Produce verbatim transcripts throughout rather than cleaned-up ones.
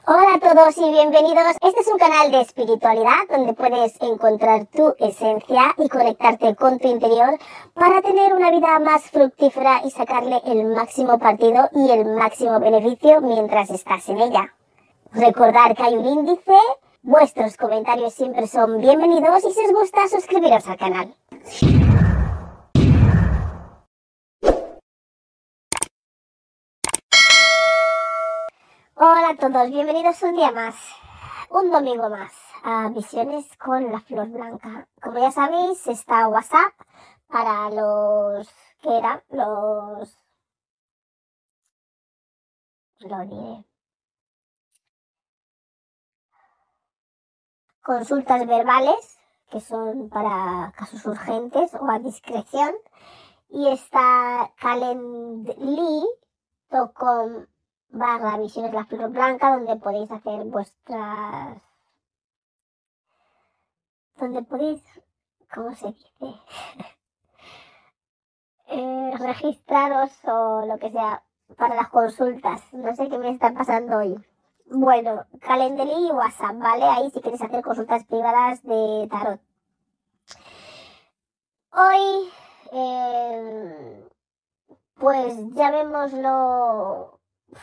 Hola a todos y bienvenidos. Este es un canal de espiritualidad donde puedes encontrar tu esencia y conectarte con tu interior para tener una vida más fructífera y sacarle el máximo partido y el máximo beneficio mientras estás en ella. Recordar que hay un índice, vuestros comentarios siempre son bienvenidos y si os gusta suscribiros al canal. Hola a todos, bienvenidos un día más, un domingo más a Visiones con la Flor Blanca. Como ya sabéis, está WhatsApp para los que eran los, lo diré, consultas verbales, que son para casos urgentes o a discreción, y está calendly punto com barra Visiones la Flor Blanca, donde podéis hacer vuestras, donde podéis, ¿cómo se dice? Eh, registraros o lo que sea para las consultas. No sé qué me está pasando hoy. Bueno, Calendly y WhatsApp, ¿vale? Ahí si queréis hacer consultas privadas de tarot. Hoy, eh, pues llamémoslo,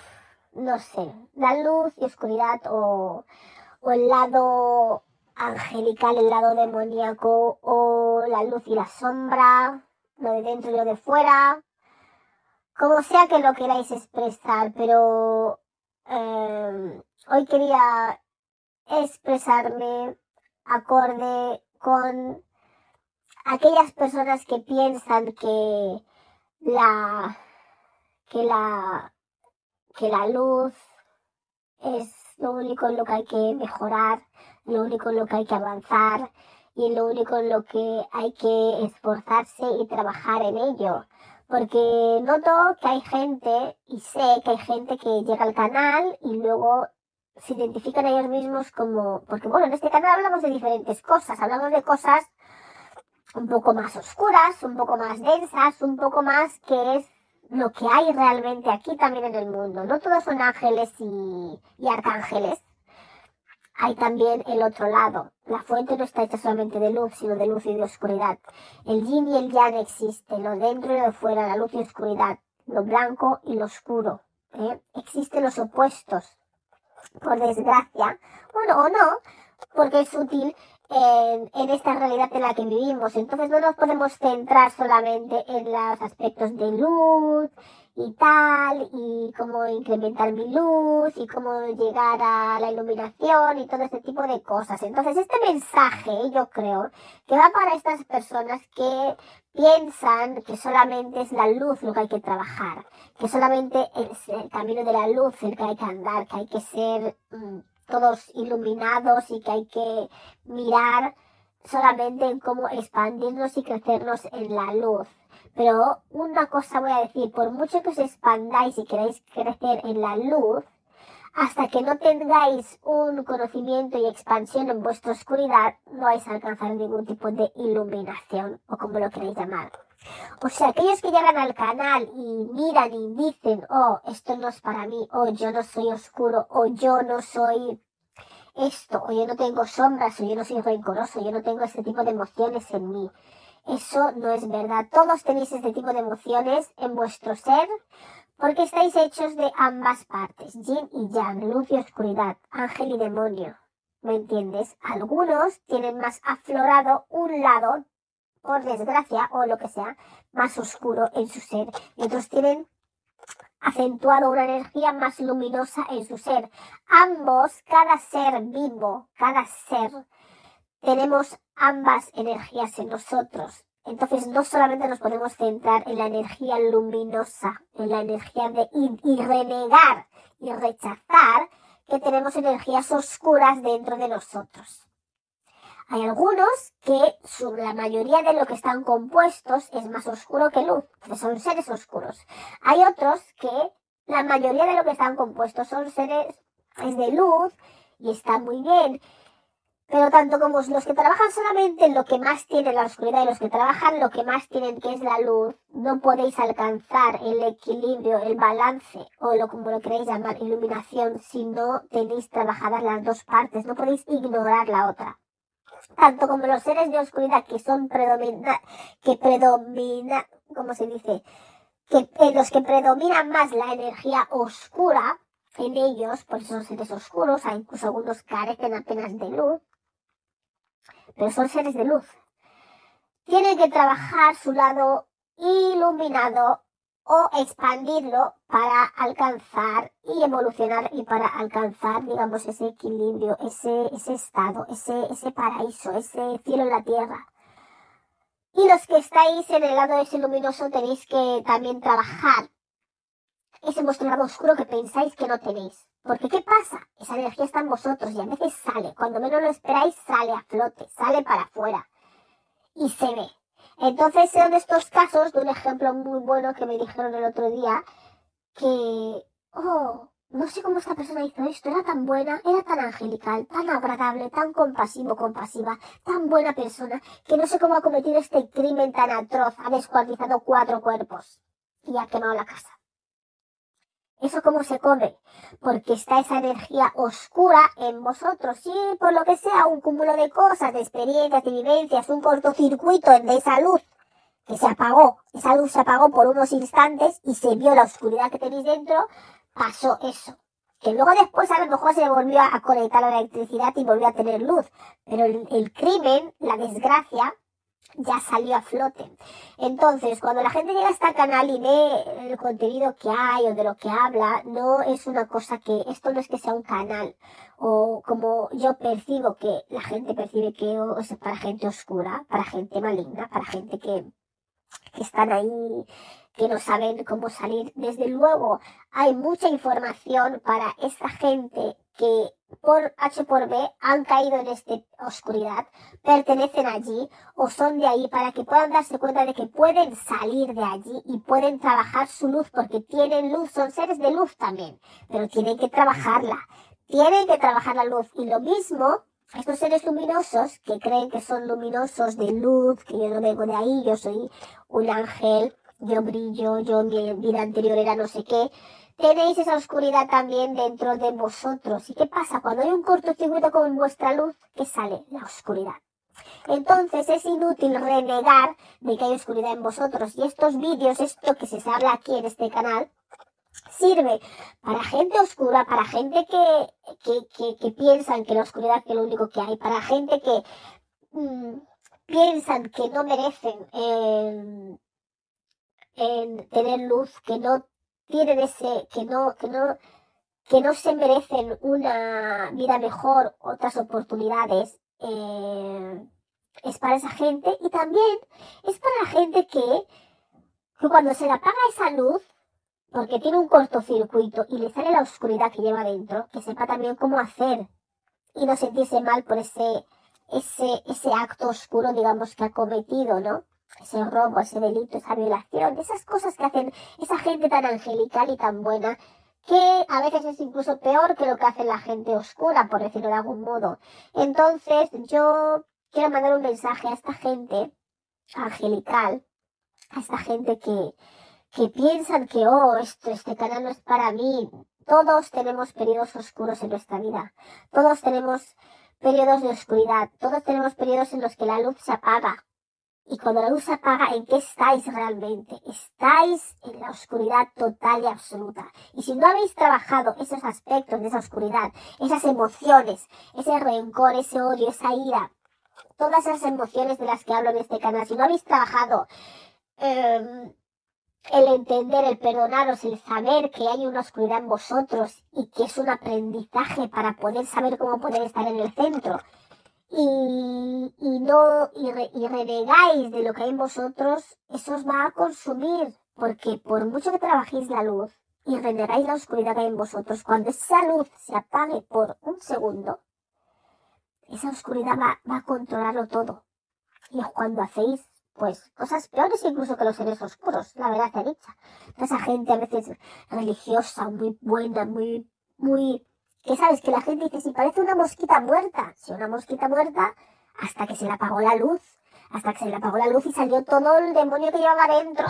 no sé, la luz y oscuridad o, o el lado angelical, el lado demoníaco o la luz y la sombra, lo de dentro y lo de fuera. Como sea que lo queráis expresar, pero eh, hoy quería expresarme acorde con aquellas personas que piensan que la, que la, que la luz es lo único en lo que hay que mejorar, lo único en lo que hay que avanzar y lo único en lo que hay que esforzarse y trabajar en ello. Porque noto que hay gente, y sé que hay gente que llega al canal y luego se identifican a ellos mismos como... Porque bueno, en este canal hablamos de diferentes cosas, hablamos de cosas un poco más oscuras, un poco más densas, un poco más que es lo que hay realmente aquí también en el mundo. No todos son ángeles y, y arcángeles. Hay también el otro lado. La fuente no está hecha solamente de luz, sino de luz y de oscuridad. El yin y el yang existen, lo dentro y lo de fuera, la luz y oscuridad, lo blanco y lo oscuro. ¿eh? Existen los opuestos, por desgracia. Bueno, o no, porque es útil en, en esta realidad en la que vivimos. Entonces no nos podemos centrar solamente en los aspectos de luz y tal, y cómo incrementar mi luz, y cómo llegar a la iluminación y todo este tipo de cosas. Entonces este mensaje yo creo que va para estas personas que piensan que solamente es la luz lo que hay que trabajar, que solamente es el camino de la luz el que hay que andar, que hay que ser mmm, todos iluminados y que hay que mirar solamente en cómo expandirnos y crecernos en la luz. Pero una cosa voy a decir, por mucho que os expandáis y queráis crecer en la luz, hasta que no tengáis un conocimiento y expansión en vuestra oscuridad, no vais a alcanzar ningún tipo de iluminación, o como lo queréis llamar. O sea, aquellos que llegan al canal y miran y dicen, oh, esto no es para mí, o yo no soy oscuro, o yo no soy esto, o yo no tengo sombras, o yo no soy rencoroso, yo no tengo este tipo de emociones en mí. Eso no es verdad. Todos tenéis este tipo de emociones en vuestro ser porque estáis hechos de ambas partes, yin y yang, luz y oscuridad, ángel y demonio. ¿Me entiendes? Algunos tienen más aflorado un lado, por desgracia, o lo que sea, más oscuro en su ser. Y otros tienen acentuado una energía más luminosa en su ser. Ambos, cada ser vivo, cada ser, tenemos ambas energías en nosotros. Entonces no solamente nos podemos centrar en la energía luminosa, en la energía de y, y renegar y rechazar que tenemos energías oscuras dentro de nosotros. Hay algunos que su, la mayoría de lo que están compuestos es más oscuro que luz, que son seres oscuros. Hay otros que la mayoría de lo que están compuestos son seres es de luz y está muy bien. Pero tanto como los que trabajan solamente en lo que más tienen la oscuridad y los que trabajan lo que más tienen que es la luz, no podéis alcanzar el equilibrio, el balance o lo como lo queréis llamar, iluminación, si no tenéis trabajadas las dos partes, no podéis ignorar la otra. Tanto como los seres de oscuridad que son predomina, que predomina, ¿cómo se dice? Que en los que predominan más la energía oscura en ellos, por eso son seres oscuros, hay incluso algunos carecen apenas de luz, pero son seres de luz. Tienen que trabajar su lado iluminado o expandirlo para alcanzar y evolucionar y para alcanzar, digamos, ese equilibrio, ese, ese estado, ese, ese paraíso, ese cielo en la tierra. Y los que estáis en el lado ese luminoso tenéis que también trabajar ese vuestro lado oscuro que pensáis que no tenéis. Porque ¿qué pasa? Esa energía está en vosotros y a veces sale, cuando menos lo esperáis sale a flote, sale para afuera y se ve. Entonces son estos casos de un ejemplo muy bueno que me dijeron el otro día, que, oh, no sé cómo esta persona hizo esto, era tan buena, era tan angelical, tan agradable, tan compasivo, compasiva, tan buena persona, que no sé cómo ha cometido este crimen tan atroz, ha descuartizado cuatro cuerpos y ha quemado la casa. ¿Eso cómo se come? Porque está esa energía oscura en vosotros y por lo que sea un cúmulo de cosas, de experiencias, de vivencias, un cortocircuito de esa luz que se apagó, esa luz se apagó por unos instantes y se vio la oscuridad que tenéis dentro, pasó eso. Que luego después a lo mejor se volvió a conectar a la electricidad y volvió a tener luz, pero el, el crimen, la desgracia, ya salió a flote. Entonces, cuando la gente llega a este canal y ve el contenido que hay o de lo que habla, no es una cosa que, esto no es que sea un canal, o como yo percibo que la gente percibe que es para gente oscura, para gente maligna, para gente que, que están ahí, que no saben cómo salir. Desde luego, hay mucha información para esta gente que por H por B han caído en esta oscuridad, pertenecen allí o son de ahí para que puedan darse cuenta de que pueden salir de allí y pueden trabajar su luz porque tienen luz, son seres de luz también, pero tienen que trabajarla, tienen que trabajar la luz. Y lo mismo, estos seres luminosos que creen que son luminosos de luz, que yo no vengo de ahí, yo soy un ángel, yo brillo, yo en mi vida anterior era no sé qué, tenéis esa oscuridad también dentro de vosotros. ¿Y qué pasa? Cuando hay un cortocircuito con vuestra luz, ¿qué sale? La oscuridad. Entonces es inútil renegar de que hay oscuridad en vosotros. Y estos vídeos, esto que se habla aquí en este canal, sirve para gente oscura, para gente que, que, que, que piensan que la oscuridad es lo único que hay, para gente que mmm, piensan que no merecen eh, en tener luz, que no tienen ese, que no, que no, que no se merecen una vida mejor, otras oportunidades, eh, es para esa gente. Y también es para la gente que, que cuando se le apaga esa luz, porque tiene un cortocircuito y le sale la oscuridad que lleva dentro, que sepa también cómo hacer y no sentirse mal por ese, ese, ese acto oscuro, digamos, que ha cometido, ¿no? Ese robo, ese delito, esa violación, esas cosas que hacen esa gente tan angelical y tan buena, que a veces es incluso peor que lo que hace la gente oscura, por decirlo de algún modo. Entonces, yo quiero mandar un mensaje a esta gente angelical, a esta gente que, que piensan que, oh, esto, este canal no es para mí. Todos tenemos periodos oscuros en nuestra vida. Todos tenemos periodos de oscuridad. Todos tenemos periodos en los que la luz se apaga. Y cuando la luz se apaga, ¿en qué estáis realmente? Estáis en la oscuridad total y absoluta. Y si no habéis trabajado esos aspectos de esa oscuridad, esas emociones, ese rencor, ese odio, esa ira, todas esas emociones de las que hablo en este canal, si no habéis trabajado eh, el entender, el perdonaros, el saber que hay una oscuridad en vosotros y que es un aprendizaje para poder saber cómo poder estar en el centro, y, y no y, re, y renegáis de lo que hay en vosotros, eso os va a consumir, porque por mucho que trabajéis la luz y renegáis la oscuridad que hay en vosotros, cuando esa luz se apague por un segundo, esa oscuridad va, va a controlarlo todo. Y es cuando hacéis pues cosas peores incluso que los seres oscuros, la verdad sea dicha. Esa gente a veces religiosa, muy buena, muy, muy que sabes que la gente dice, si parece una mosquita muerta, si una mosquita muerta, hasta que se le apagó la luz, hasta que se le apagó la luz y salió todo el demonio que llevaba dentro.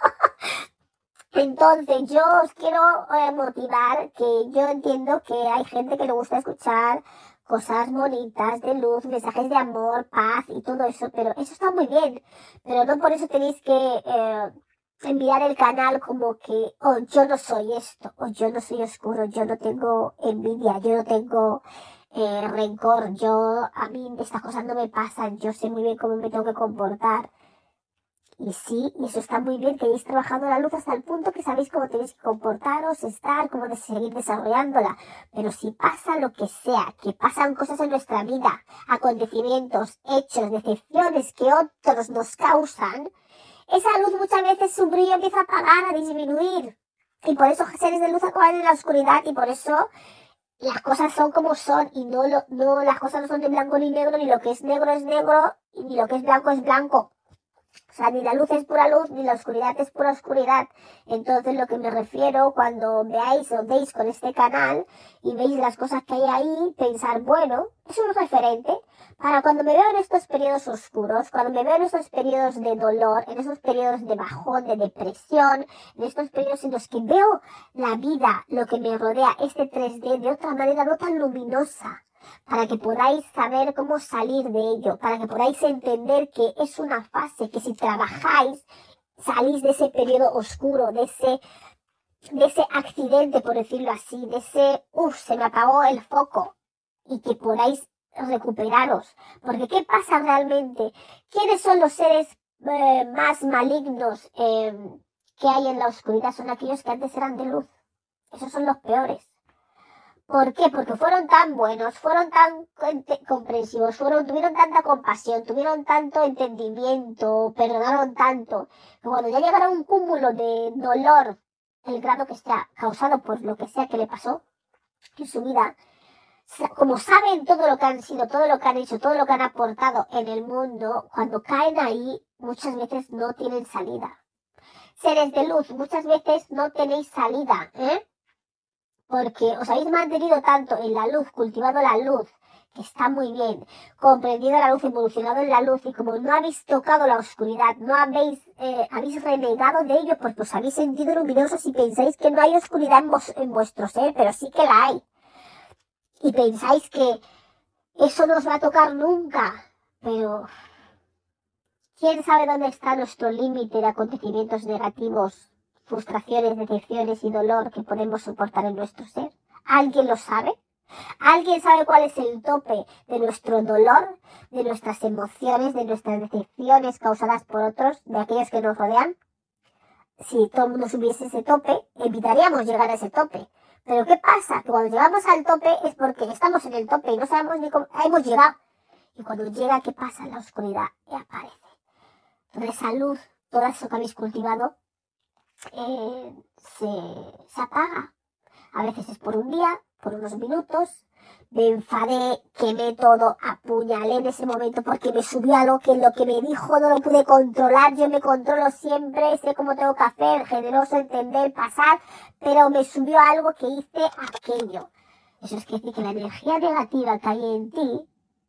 Entonces yo os quiero eh, motivar, que yo entiendo que hay gente que le gusta escuchar cosas bonitas, de luz, mensajes de amor, paz y todo eso, pero eso está muy bien, pero no por eso tenéis que eh, enviar el canal como que, oh, yo no soy esto, o yo no soy oscuro, yo no tengo envidia, yo no tengo eh, rencor, yo, a mí estas cosas no me pasan, yo sé muy bien cómo me tengo que comportar. Y sí, y eso está muy bien, que hayáis trabajado la luz hasta el punto que sabéis cómo tenéis que comportaros, estar, cómo de seguir desarrollándola. Pero si pasa lo que sea, que pasan cosas en nuestra vida, acontecimientos, hechos, decepciones que otros nos causan, esa luz muchas veces su brillo empieza a apagar, a disminuir. Y por eso seres de luz acaban en la oscuridad y por eso las cosas son como son y no, lo, no las cosas no son de blanco ni negro, ni lo que es negro es negro y ni lo que es blanco es blanco. O sea, ni la luz es pura luz, ni la oscuridad es pura oscuridad. Entonces, lo que me refiero cuando veáis o veis con este canal y veis las cosas que hay ahí, pensar, bueno, es un referente para cuando me veo en estos periodos oscuros, cuando me veo en estos periodos de dolor, en estos periodos de bajón, de depresión, en estos periodos en los que veo la vida, lo que me rodea, este tres D, de otra manera no tan luminosa, para que podáis saber cómo salir de ello, para que podáis entender que es una fase, que si trabajáis, salís de ese periodo oscuro, de ese, de ese accidente, por decirlo así, de ese, uff, se me apagó el foco, y que podáis recuperaros. Porque ¿qué pasa realmente? ¿Quiénes son los seres eh, más malignos eh, que hay en la oscuridad? Son aquellos que antes eran de luz. Esos son los peores. ¿Por qué? Porque fueron tan buenos, fueron tan comprensivos, fueron, tuvieron tanta compasión, tuvieron tanto entendimiento, perdonaron tanto, que cuando ya llegaron a un cúmulo de dolor, el grado que sea causado por lo que sea que le pasó en su vida, como saben todo lo que han sido, todo lo que han hecho, todo lo que han aportado en el mundo, cuando caen ahí, muchas veces no tienen salida. Seres de luz, muchas veces no tenéis salida, ¿eh? Porque os habéis mantenido tanto en la luz, cultivado la luz, que está muy bien, comprendido la luz, evolucionado en la luz, y como no habéis tocado la oscuridad, no habéis, eh, habéis renegado de ello, porque os habéis sentido luminosos y pensáis que no hay oscuridad en, vos, en vuestro ser, pero sí que la hay. Y pensáis que eso no os va a tocar nunca, pero ¿quién sabe dónde está nuestro límite de acontecimientos negativos, frustraciones, decepciones y dolor que podemos soportar en nuestro ser? ¿Alguien lo sabe? ¿Alguien sabe cuál es el tope de nuestro dolor, de nuestras emociones, de nuestras decepciones causadas por otros, de aquellos que nos rodean? Si todo el mundo supiese ese tope, evitaríamos llegar a ese tope. Pero ¿qué pasa? Que cuando llegamos al tope es porque estamos en el tope y no sabemos ni cómo hemos llegado. Y cuando llega, ¿qué pasa? La oscuridad y aparece. Toda esa luz, todo eso que habéis cultivado, eh, se, se apaga. A veces es por un día, por unos minutos. Me enfadé, quemé todo, apuñalé en ese momento porque me subió algo que lo que me dijo no lo pude controlar. Yo me controlo siempre, sé cómo tengo que hacer, generoso, entender, pasar, pero me subió algo que hice aquello. Eso es que decir que la energía negativa que hay en ti,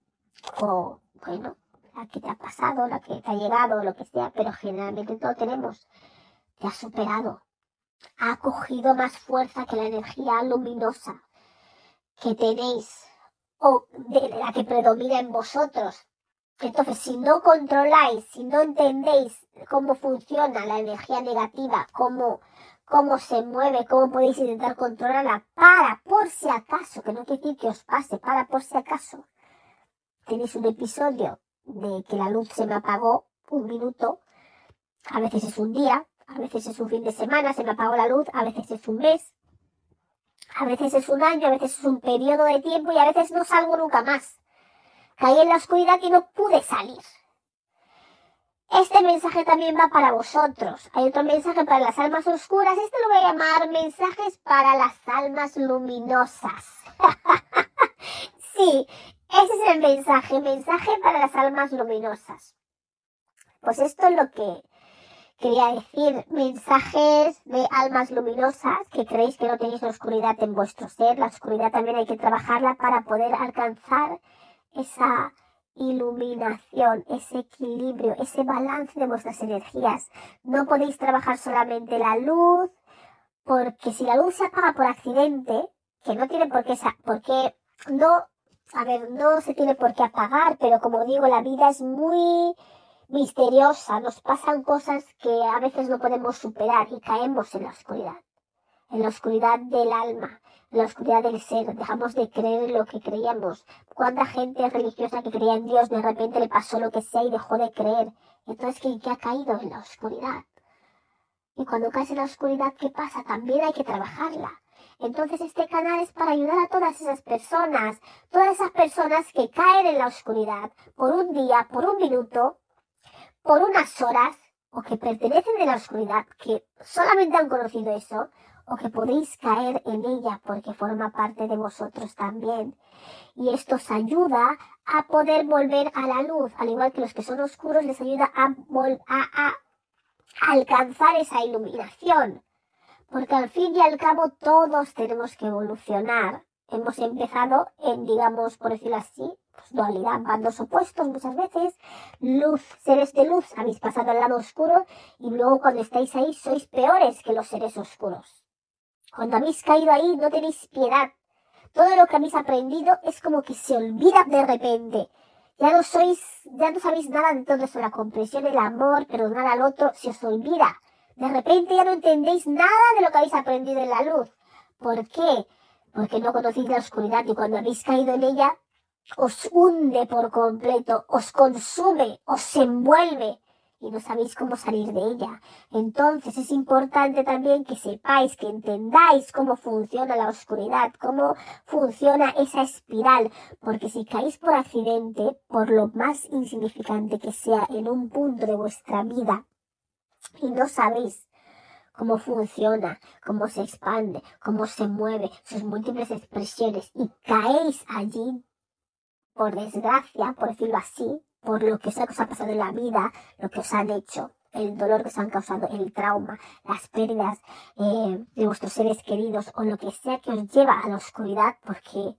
o bueno, la que te ha pasado, la que te ha llegado, lo que sea, pero generalmente todo tenemos, te ha superado, ha cogido más fuerza que la energía luminosa que tenéis o de la que predomina en vosotros. Entonces, si no controláis, si no entendéis cómo funciona la energía negativa, cómo, cómo se mueve, cómo podéis intentar controlarla, para por si acaso, que no quiere decir que os pase, para por si acaso, tenéis un episodio de que la luz se me apagó un minuto, a veces es un día, a veces es un fin de semana, se me apagó la luz, a veces es un mes, a veces es un año, a veces es un periodo de tiempo y a veces no salgo nunca más. Caí en la oscuridad y no pude salir. Este mensaje también va para vosotros. Hay otro mensaje para las almas oscuras. Este lo voy a llamar mensajes para las almas luminosas. Sí, ese es el mensaje, mensaje para las almas luminosas. Pues esto es lo que quería decir, mensajes de almas luminosas que creéis que no tenéis la oscuridad en vuestro ser. La oscuridad también hay que trabajarla para poder alcanzar esa iluminación, ese equilibrio, ese balance de vuestras energías. No podéis trabajar solamente la luz, porque si la luz se apaga por accidente, que no tiene por qué, por qué no, a ver, no se tiene por qué apagar, pero como digo, la vida es muy misteriosa, nos pasan cosas que a veces no podemos superar y caemos en la oscuridad, en la oscuridad del alma, en la oscuridad del ser, dejamos de creer en lo que creíamos. ¿Cuánta gente religiosa que creía en Dios de repente le pasó lo que sea y dejó de creer? Entonces, ¿qué, qué ha caído en la oscuridad? Y cuando caes en la oscuridad, ¿qué pasa? También hay que trabajarla. Entonces este canal es para ayudar a todas esas personas, todas esas personas que caen en la oscuridad por un día, por un minuto, por unas horas, o que pertenecen a la oscuridad, que solamente han conocido eso, o que podéis caer en ella porque forma parte de vosotros también. Y esto os ayuda a poder volver a la luz, al igual que los que son oscuros les ayuda a, a, a alcanzar esa iluminación. Porque al fin y al cabo todos tenemos que evolucionar. Hemos empezado en, digamos, por decirlo así, pues dualidad, bandos opuestos muchas veces, luz, seres de luz, habéis pasado al lado oscuro y luego cuando estáis ahí sois peores que los seres oscuros. Cuando habéis caído ahí no tenéis piedad. Todo lo que habéis aprendido es como que se olvida de repente. Ya no sois, ya no sabéis nada de todo eso, la comprensión, el amor, perdonar al otro, se os olvida. De repente ya no entendéis nada de lo que habéis aprendido en la luz. ¿Por qué? Porque no conocéis la oscuridad y cuando habéis caído en ella, os hunde por completo, os consume, os envuelve y no sabéis cómo salir de ella. Entonces es importante también que sepáis, que entendáis cómo funciona la oscuridad, cómo funciona esa espiral, porque si caéis por accidente, por lo más insignificante que sea en un punto de vuestra vida, y no sabéis cómo funciona, cómo se expande, cómo se mueve, sus múltiples expresiones, y caéis allí, por desgracia, por decirlo así, por lo que os ha pasado en la vida, lo que os han hecho, el dolor que os han causado, el trauma, las pérdidas eh, de vuestros seres queridos, o lo que sea que os lleva a la oscuridad, porque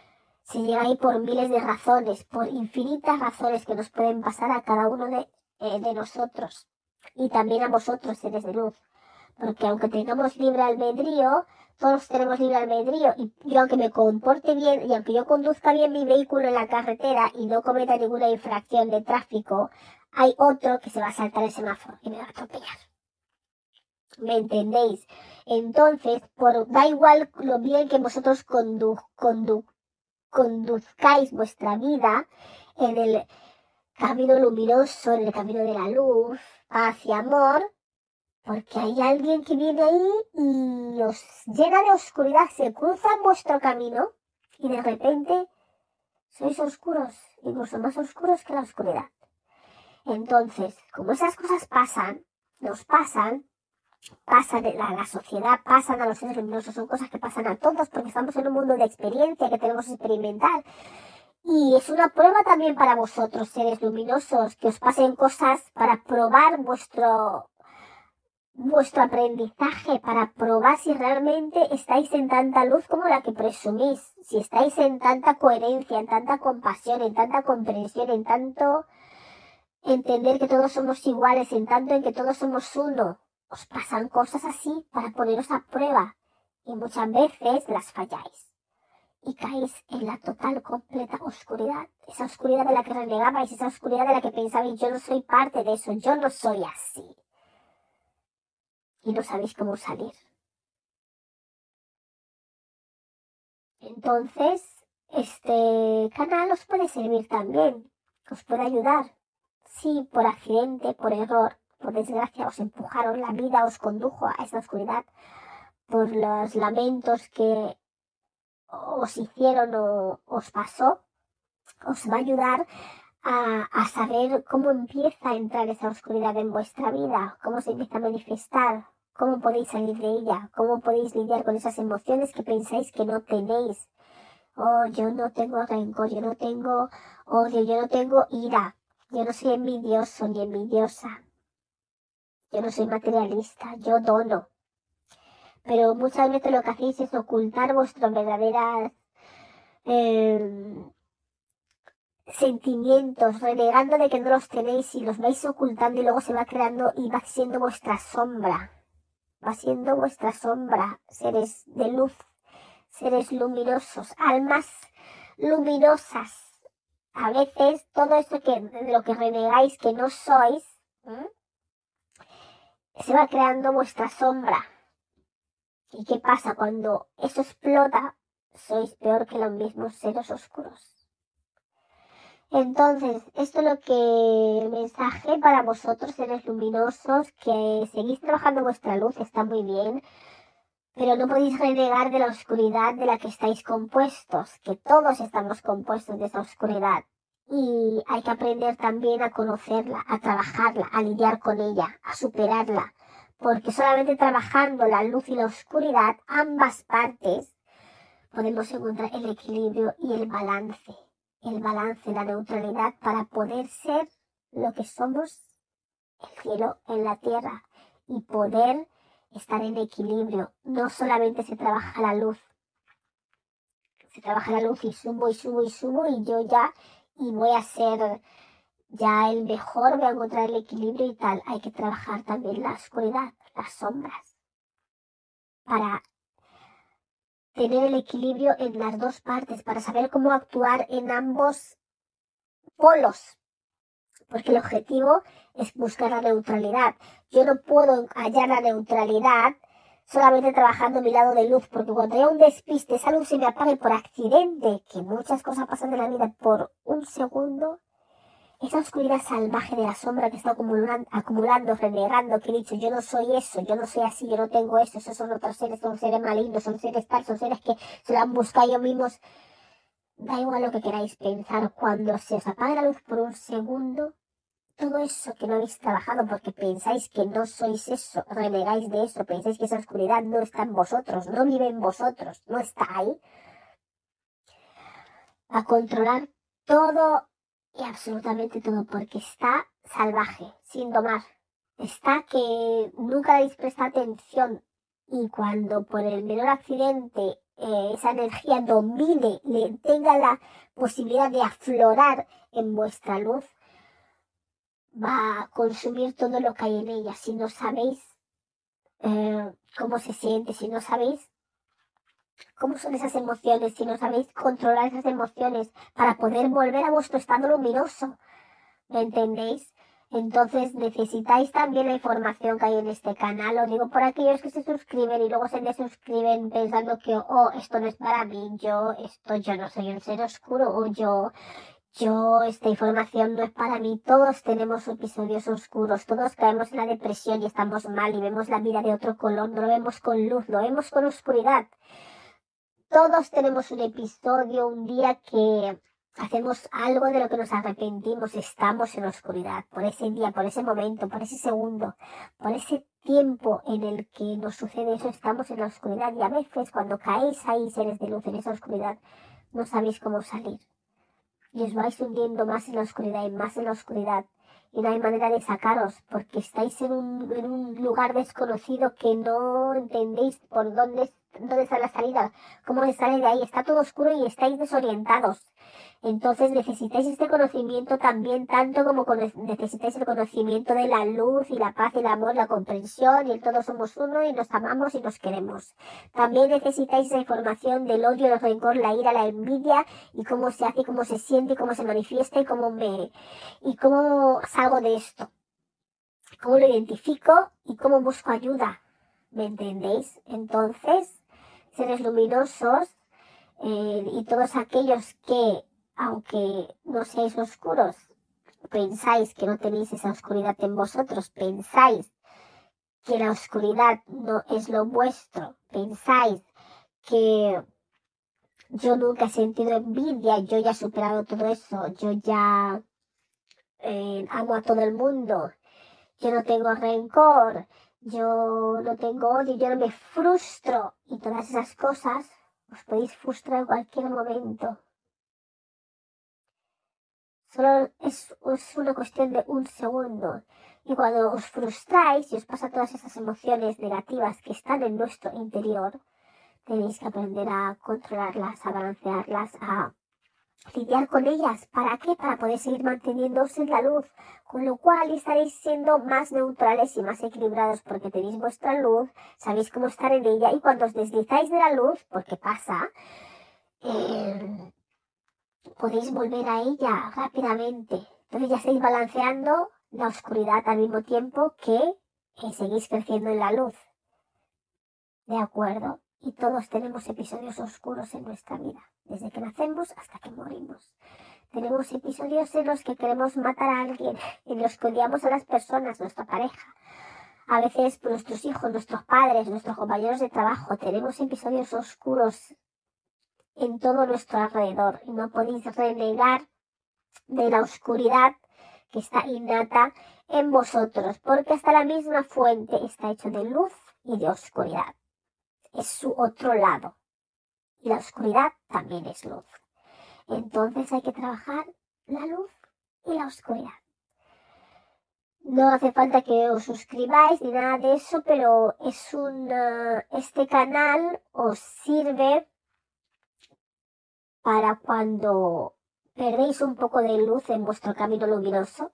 se llega ahí por miles de razones, por infinitas razones que nos pueden pasar a cada uno de, eh, de nosotros, y también a vosotros, seres de luz. Porque aunque tengamos libre albedrío, todos tenemos libre albedrío, y yo aunque me comporte bien, y aunque yo conduzca bien mi vehículo en la carretera y no cometa ninguna infracción de tráfico, hay otro que se va a saltar el semáforo y me va a atropellar. ¿Me entendéis? Entonces, por, da igual lo bien que vosotros condu, condu, conduzcáis vuestra vida en el camino luminoso, en el camino de la luz, paz y amor, porque hay alguien que viene ahí y os llena de oscuridad, se cruza en vuestro camino y de repente sois oscuros, incluso más oscuros que la oscuridad. Entonces, como esas cosas pasan, nos pasan, pasan a la sociedad, pasan a los seres luminosos, son cosas que pasan a todos porque estamos en un mundo de experiencia que tenemos que experimentar. Y es una prueba también para vosotros, seres luminosos, que os pasen cosas para probar vuestro vuestro aprendizaje, para probar si realmente estáis en tanta luz como la que presumís, si estáis en tanta coherencia, en tanta compasión, en tanta comprensión, en tanto entender que todos somos iguales, en tanto en que todos somos uno. Os pasan cosas así para poneros a prueba y muchas veces las falláis y caéis en la total, completa oscuridad, esa oscuridad de la que renegabais, esa oscuridad de la que pensabais yo no soy parte de eso, yo no soy así. Y no sabéis cómo salir. Entonces, este canal os puede servir también, os puede ayudar. Si por accidente, por error, por desgracia os empujaron, la vida os condujo a esa oscuridad, por los lamentos que os hicieron o os pasó, os va a ayudar a, a saber cómo empieza a entrar esa oscuridad en vuestra vida, cómo se empieza a manifestar. ¿Cómo podéis salir de ella? ¿Cómo podéis lidiar con esas emociones que pensáis que no tenéis? Oh, yo no tengo rencor, yo no tengo odio, yo no tengo ira. Yo no soy envidioso ni envidiosa. yo no soy materialista, yo dono. Pero muchas veces lo que hacéis es ocultar vuestras verdaderas eh, sentimientos, renegando de que no los tenéis y los vais ocultando y luego se va creando y va siendo vuestra sombra. Va siendo vuestra sombra, seres de luz, seres luminosos, almas luminosas. A veces todo eso que de lo que renegáis que no sois, ¿eh? se va creando vuestra sombra. ¿Y qué pasa? Cuando eso explota, sois peor que los mismos seres oscuros. Entonces, esto es lo que el mensaje para vosotros, seres luminosos, que seguís trabajando vuestra luz, está muy bien, pero no podéis renegar de la oscuridad de la que estáis compuestos, que todos estamos compuestos de esa oscuridad. Y hay que aprender también a conocerla, a trabajarla, a lidiar con ella, a superarla, porque solamente trabajando la luz y la oscuridad, ambas partes, podemos encontrar el equilibrio y el balance. El balance, la neutralidad para poder ser lo que somos, el cielo en la tierra, y poder estar en equilibrio. No solamente se trabaja la luz, se trabaja la luz y subo y subo y subo y yo ya, y voy a ser ya el mejor, voy a encontrar el equilibrio y tal. Hay que trabajar también la oscuridad, las sombras, para tener el equilibrio en las dos partes, para saber cómo actuar en ambos polos, porque el objetivo es buscar la neutralidad. Yo no puedo hallar la neutralidad solamente trabajando mi lado de luz, porque cuando haya un despiste, esa luz se me apague por accidente, que muchas cosas pasan en la vida por un segundo, esa oscuridad salvaje de la sombra que está acumulando, acumulando, renegando, que he dicho, yo no soy eso, yo no soy así, yo no tengo eso, esos son otros seres, son seres malignos, son seres tal, son seres que se lo han buscado ellos mismos. Da igual lo que queráis pensar, cuando se os apaga la luz por un segundo, todo eso que no habéis trabajado porque pensáis que no sois eso, renegáis de eso, pensáis que esa oscuridad no está en vosotros, no vive en vosotros, no está ahí, a controlar todo y absolutamente todo, porque está salvaje, sin domar, está que nunca le habéis prestado atención, y cuando por el menor accidente eh, esa energía domine, le tenga la posibilidad de aflorar en vuestra luz, va a consumir todo lo que hay en ella. Si no sabéis eh, cómo se siente, si no sabéis cómo son esas emociones, si no sabéis controlar esas emociones para poder volver a vuestro estado luminoso, ¿me entendéis? Entonces necesitáis también la información que hay en este canal. Lo digo por aquellos que se suscriben y luego se desuscriben pensando que, oh, esto no es para mí, yo, esto, yo no soy el ser oscuro, o yo, yo, esta información no es para mí. Todos tenemos episodios oscuros, todos caemos en la depresión y estamos mal y vemos la vida de otro color, no lo vemos con luz, lo vemos con oscuridad. Todos tenemos un episodio, un día que hacemos algo de lo que nos arrepentimos, estamos en oscuridad, por ese día, por ese momento, por ese segundo, por ese tiempo en el que nos sucede eso, estamos en la oscuridad, y a veces cuando caéis ahí, seres de luz, en esa oscuridad, no sabéis cómo salir. Y os vais hundiendo más en la oscuridad y más en la oscuridad. Y no hay manera de sacaros, porque estáis en un, en un lugar desconocido que no entendéis por dónde, dónde está la salida, cómo se sale de ahí. Está todo oscuro y estáis desorientados. Entonces necesitáis este conocimiento también, tanto como necesitáis el conocimiento de la luz y la paz y el amor, la comprensión, y el todos somos uno y nos amamos y nos queremos. También necesitáis la información del odio, el rencor, la ira, la envidia, y cómo se hace, cómo se siente, y cómo se manifiesta, y cómo me, y cómo salgo de esto, cómo lo identifico y cómo busco ayuda. ¿Me entendéis? Entonces, seres luminosos, eh, y todos aquellos que, aunque no seáis oscuros, pensáis que no tenéis esa oscuridad en vosotros, pensáis que la oscuridad no es lo vuestro, pensáis que yo nunca he sentido envidia, yo ya he superado todo eso, yo ya eh, amo a todo el mundo, yo no tengo rencor, yo no tengo odio, yo no me frustro, y todas esas cosas os podéis frustrar en cualquier momento. Solo es, es una cuestión de un segundo. Y cuando os frustráis y os pasan todas esas emociones negativas que están en nuestro interior, tenéis que aprender a controlarlas, a balancearlas, a lidiar con ellas. ¿Para qué? Para poder seguir manteniéndose en la luz. Con lo cual estaréis siendo más neutrales y más equilibrados porque tenéis vuestra luz, sabéis cómo estar en ella, y cuando os deslizáis de la luz, porque pasa, eh, podéis volver a ella rápidamente. Entonces ya estáis balanceando la oscuridad al mismo tiempo que eh, seguís creciendo en la luz. ¿De acuerdo? Y todos tenemos episodios oscuros en nuestra vida, desde que nacemos hasta que morimos. Tenemos episodios en los que queremos matar a alguien, en los que odiamos a las personas, nuestra pareja. A veces nuestros hijos, nuestros padres, nuestros compañeros de trabajo. Tenemos episodios oscuros en todo nuestro alrededor. Y no podéis renegar de la oscuridad que está innata en vosotros, porque hasta la misma fuente está hecha de luz y de oscuridad. Es su otro lado. Y la oscuridad también es luz. Entonces hay que trabajar la luz y la oscuridad. No hace falta que os suscribáis ni nada de eso, pero es un, uh, este canal os sirve para cuando perdéis un poco de luz en vuestro camino luminoso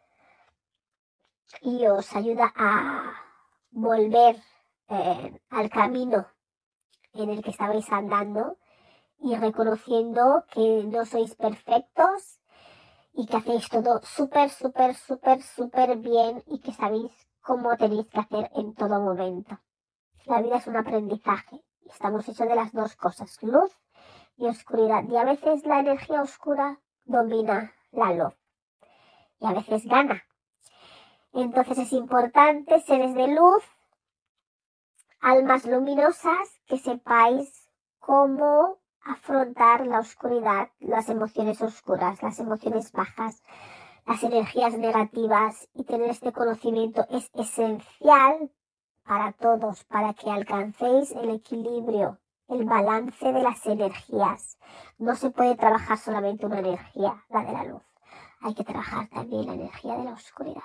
y os ayuda a volver eh, al camino en el que estabais andando y reconociendo que no sois perfectos y que hacéis todo súper, súper, súper, súper bien y que sabéis cómo tenéis que hacer en todo momento. La vida es un aprendizaje y estamos hechos de las dos cosas, luz y oscuridad. Y a veces la energía oscura domina la luz y a veces gana. Entonces es importante, seres de luz, almas luminosas, que sepáis cómo afrontar la oscuridad, las emociones oscuras, las emociones bajas, las energías negativas, y tener este conocimiento es esencial para todos, para que alcancéis el equilibrio, el balance de las energías. No se puede trabajar solamente una energía, la de la luz. Hay que trabajar también la energía de la oscuridad.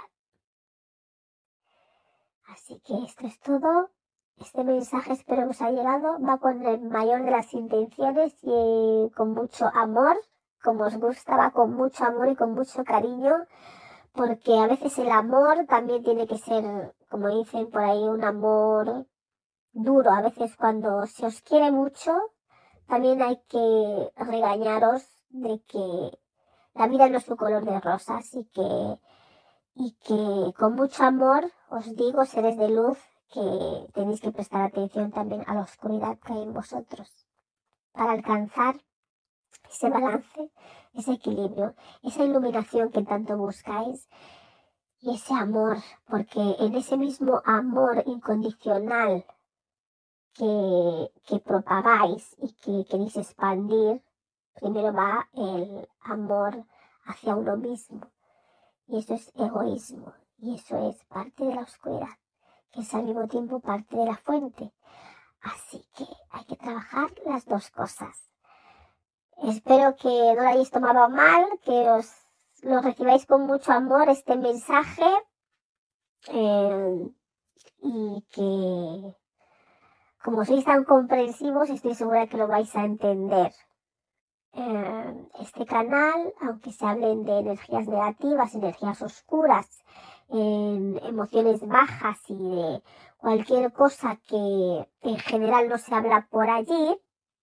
Así que esto es todo. Este mensaje espero que os haya llegado. Va con el mayor de las intenciones y con mucho amor, como os gusta, va con mucho amor y con mucho cariño, porque a veces el amor también tiene que ser, como dicen por ahí, un amor duro. A veces cuando se os quiere mucho, también hay que regañaros de que la vida no es un color de rosas y que, y que con mucho amor os digo, seres de luz, que tenéis que prestar atención también a la oscuridad que hay en vosotros para alcanzar ese balance, ese equilibrio, esa iluminación que tanto buscáis y ese amor, porque en ese mismo amor incondicional que, que propagáis y que queréis expandir, primero va el amor hacia uno mismo, y eso es egoísmo y eso es parte de la oscuridad, que es al mismo tiempo parte de la fuente. Así que hay que trabajar las dos cosas. Espero que no lo hayáis tomado mal, que os lo recibáis con mucho amor este mensaje eh, y que, como sois tan comprensivos, estoy segura que lo vais a entender. Eh, este canal, aunque se hablen de energías negativas, energías oscuras, en emociones bajas y de cualquier cosa que en general no se habla por allí,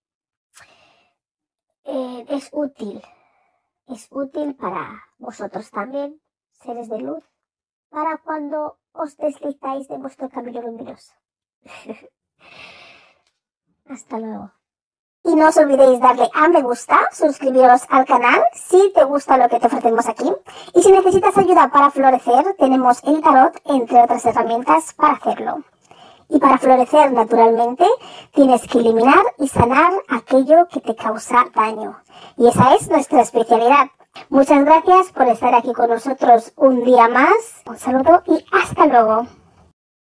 eh, es útil, es útil para vosotros también, seres de luz, para cuando os deslizáis de vuestro camino luminoso. Hasta luego. Y no os olvidéis darle a me gusta, suscribiros al canal si te gusta lo que te ofrecemos aquí. Y si necesitas ayuda para florecer, tenemos el tarot, entre otras herramientas para hacerlo. Y para florecer naturalmente, tienes que eliminar y sanar aquello que te causa daño. Y esa es nuestra especialidad. Muchas gracias por estar aquí con nosotros un día más. Un saludo y hasta luego.